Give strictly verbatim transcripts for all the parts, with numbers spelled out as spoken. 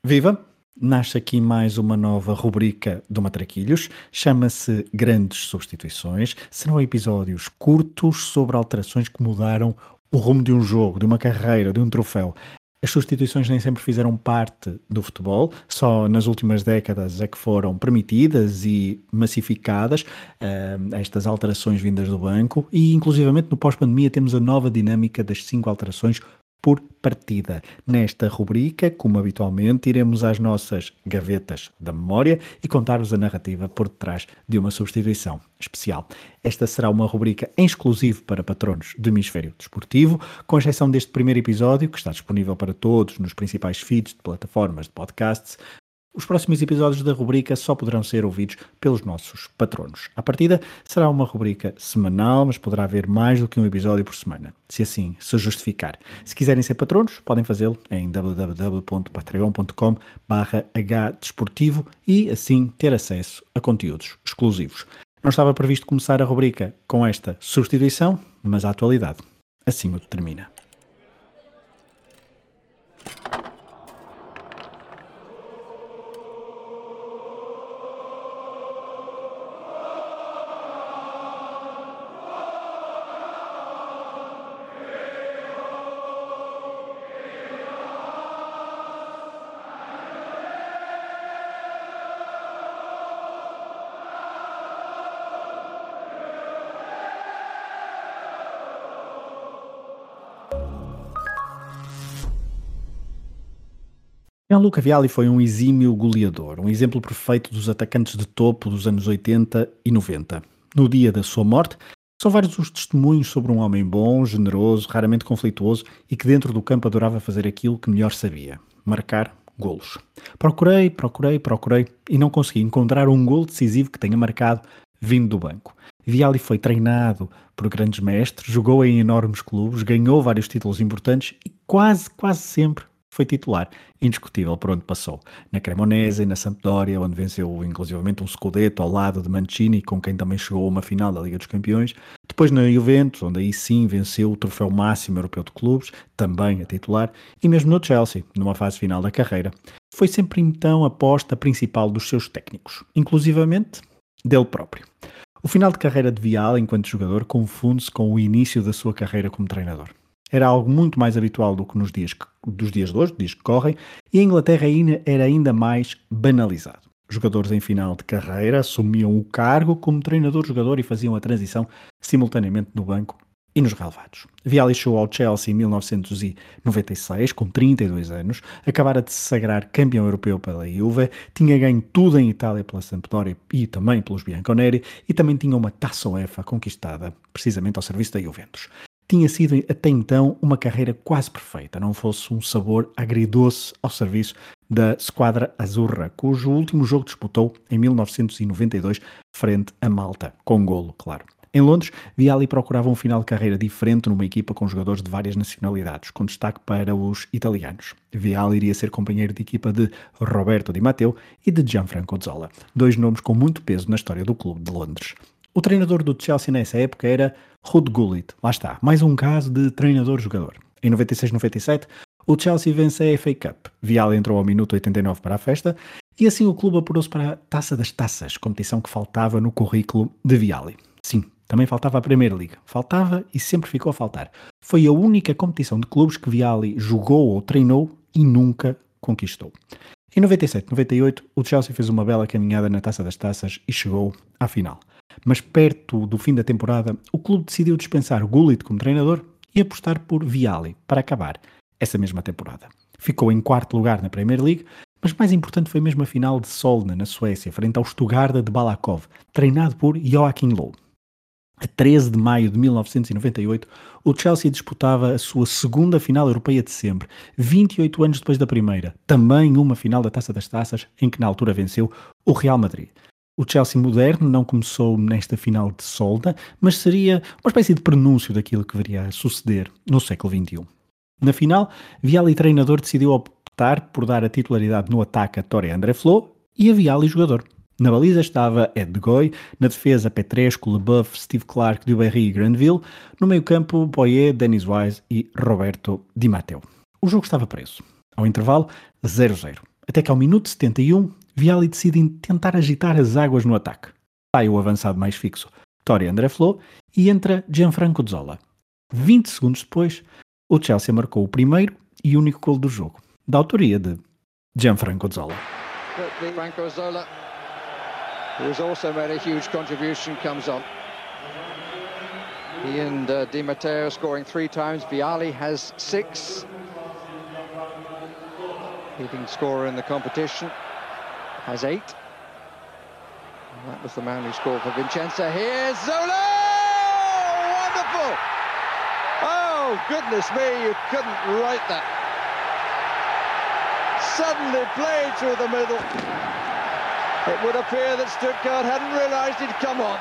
Viva! Nasce aqui mais uma nova rubrica do Matraquilhos, chama-se Grandes Substituições. Serão episódios curtos sobre alterações que mudaram o rumo de um jogo, de uma carreira, de um troféu. As substituições nem sempre fizeram parte do futebol, só nas últimas décadas é que foram permitidas e massificadas uh, estas alterações vindas do banco e inclusivamente no pós-pandemia temos a nova dinâmica das cinco alterações por partida. Nesta rubrica, como habitualmente, iremos às nossas gavetas da memória e contar-vos a narrativa por detrás de uma substituição especial. Esta será uma rubrica em exclusivo para patronos do Hemisfério Desportivo, com exceção deste primeiro episódio, que está disponível para todos nos principais feeds de plataformas de podcasts. Os próximos episódios da rubrica só poderão ser ouvidos pelos nossos patronos. À partida, será uma rubrica semanal, mas poderá haver mais do que um episódio por semana, se assim se justificar. Se quiserem ser patronos, podem fazê-lo em w w w ponto patreon ponto com barra h desportivo e assim ter acesso a conteúdos exclusivos. Não estava previsto começar a rubrica com esta substituição, mas a atualidade assim o determina. Gianluca Vialli foi um exímio goleador, um exemplo perfeito dos atacantes de topo dos anos oitenta e noventa. No dia da sua morte, são vários os testemunhos sobre um homem bom, generoso, raramente conflituoso e que dentro do campo adorava fazer aquilo que melhor sabia, marcar golos. Procurei, procurei, procurei e não consegui encontrar um golo decisivo que tenha marcado vindo do banco. Vialli foi treinado por grandes mestres, jogou em enormes clubes, ganhou vários títulos importantes e quase, quase sempre foi titular, indiscutível por onde passou. Na Cremonese, na Sampdoria, onde venceu inclusivamente um Scudetto ao lado de Mancini, com quem também chegou a uma final da Liga dos Campeões. Depois na Juventus, onde aí sim venceu o troféu máximo europeu de clubes, também a titular. E mesmo no Chelsea, numa fase final da carreira. Foi sempre então a aposta principal dos seus técnicos, inclusivamente dele próprio. O final de carreira de Vialli enquanto jogador confunde-se com o início da sua carreira como treinador. Era algo muito mais habitual do que nos dias que, dos dias de hoje, dias que correm, e a Inglaterra ainda, era ainda mais banalizado. Jogadores em final de carreira assumiam o cargo como treinador-jogador e faziam a transição simultaneamente no banco e nos relevados. Vialli chegou ao Chelsea em mil novecentos e noventa e seis, com trinta e dois anos, acabara de se sagrar campeão europeu pela Juve, tinha ganho tudo em Itália pela Sampdoria e também pelos Bianconeri, e também tinha uma taça UEFA conquistada precisamente ao serviço da Juventus. Tinha sido até então uma carreira quase perfeita, não fosse um sabor agridoce ao serviço da Squadra Azzurra, cujo último jogo disputou em mil novecentos e noventa e dois frente a Malta, com golo, claro. Em Londres, Vialli procurava um final de carreira diferente numa equipa com jogadores de várias nacionalidades, com destaque para os italianos. Vialli iria ser companheiro de equipa de Roberto Di Matteo e de Gianfranco Zola, dois nomes com muito peso na história do clube de Londres. O treinador do Chelsea nessa época era Ruud Gullit. Lá está, mais um caso de treinador-jogador. Em noventa e seis noventa e sete, o Chelsea vence a F A Cup. Vialli entrou ao minuto oitenta e nove para a festa e assim o clube apurou-se para a Taça das Taças, competição que faltava no currículo de Vialli. Sim, também faltava a Premier League. Faltava e sempre ficou a faltar. Foi a única competição de clubes que Vialli jogou ou treinou e nunca conquistou. Em noventa e sete noventa e oito, o Chelsea fez uma bela caminhada na Taça das Taças e chegou à final. Mas perto do fim da temporada, o clube decidiu dispensar Gullit como treinador e apostar por Vialli para acabar essa mesma temporada. Ficou em quarto lugar na Premier League, mas mais importante foi mesmo a final de Solna, na Suécia, frente ao Stuttgart de Balakov, treinado por Joachim Löw. A treze de maio de mil novecentos e noventa e oito, o Chelsea disputava a sua segunda final europeia de sempre, vinte e oito anos depois da primeira, também uma final da Taça das Taças, em que na altura venceu o Real Madrid. O Chelsea moderno não começou nesta final de Solna, mas seria uma espécie de prenúncio daquilo que viria a suceder no século vinte e um. Na final, Vialli treinador decidiu optar por dar a titularidade no ataque a Tore André Flo e a Vialli jogador. Na baliza estava Ed de Goey, na defesa Petrescu, Leboeuf, Steve Clarke, Duberry e Granville, no meio-campo Boyer, Dennis Wise e Roberto Di Matteo. O jogo estava preso. Ao intervalo, zero a zero. até que ao minuto setenta e um, Vialli decide tentar agitar as águas no ataque. Sai o avançado mais fixo, Torre André Flo, e entra Gianfranco Zola. vinte segundos depois, o Chelsea marcou o primeiro e único golo do jogo, da autoria de Gianfranco Zola. Franco Zola, who has also made a huge contribution, comes on. He and uh, Di Matteo scoring three times. Vialli has six. Leading scorer in the competition has eight. And that was the man who scored for Vincenza. Here's Zola! Wonderful! Oh, goodness me, you couldn't write that. Suddenly played through the middle. It would appear that Stuttgart hadn't realised he'd come on.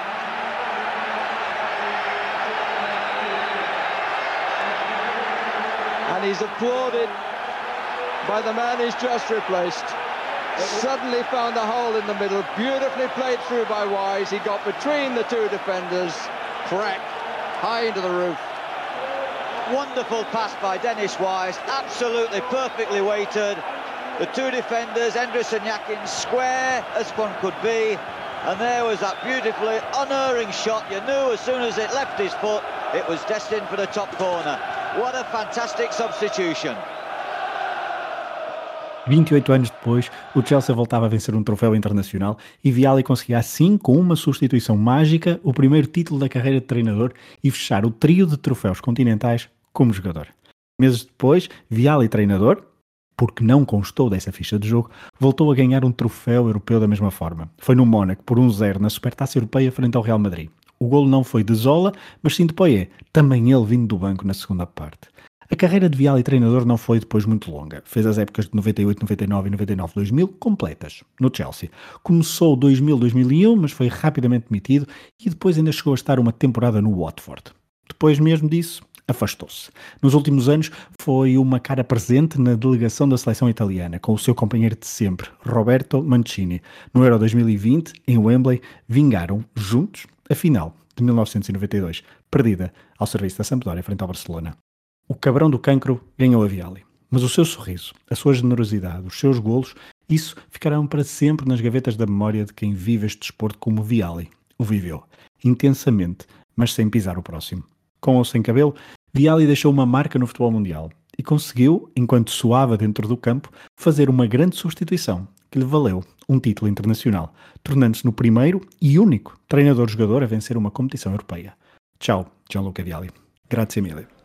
And he's applauded by the man he's just replaced. Suddenly found a hole in the middle, beautifully played through by Wise. He got between the two defenders, crack, high into the roof. Wonderful pass by Dennis Wise, absolutely perfectly weighted. The two defenders, Endres and Yakin, square as one could be. And there was that beautifully unerring shot. You knew as soon as it left his foot, it was destined for the top corner. What a fantastic substitution. vinte e oito anos depois, o Chelsea voltava a vencer um troféu internacional e Vialli conseguia assim, com uma substituição mágica, o primeiro título da carreira de treinador e fechar o trio de troféus continentais como jogador. Meses depois, Vialli, treinador, porque não constou dessa ficha de jogo, voltou a ganhar um troféu europeu da mesma forma. Foi no Mónaco, por um zero, na Supertaça Europeia frente ao Real Madrid. O golo não foi de Zola, mas sim de Poyet, também ele vindo do banco na segunda parte. A carreira de Vialli treinador não foi depois muito longa. Fez as épocas de noventa e oito, noventa e nove e noventa e nove, dois mil completas, no Chelsea. Começou dois mil, dois mil e um, mas foi rapidamente demitido e depois ainda chegou a estar uma temporada no Watford. Depois mesmo disso, afastou-se. Nos últimos anos foi uma cara presente na delegação da seleção italiana, com o seu companheiro de sempre, Roberto Mancini. No Euro dois mil e vinte, em Wembley, vingaram juntos a final de mil novecentos e noventa e dois, perdida ao serviço da Sampdoria frente ao Barcelona. O cabrão do cancro ganhou a Vialli, mas o seu sorriso, a sua generosidade, os seus golos, isso ficarão para sempre nas gavetas da memória de quem vive este desporto como Vialli o viveu, intensamente, mas sem pisar o próximo. Com ou sem cabelo, Vialli deixou uma marca no futebol mundial e conseguiu, enquanto suava dentro do campo, fazer uma grande substituição que lhe valeu um título internacional, tornando-se no primeiro e único treinador-jogador a vencer uma competição europeia. Tchau, Gianluca Vialli. Grazie mille.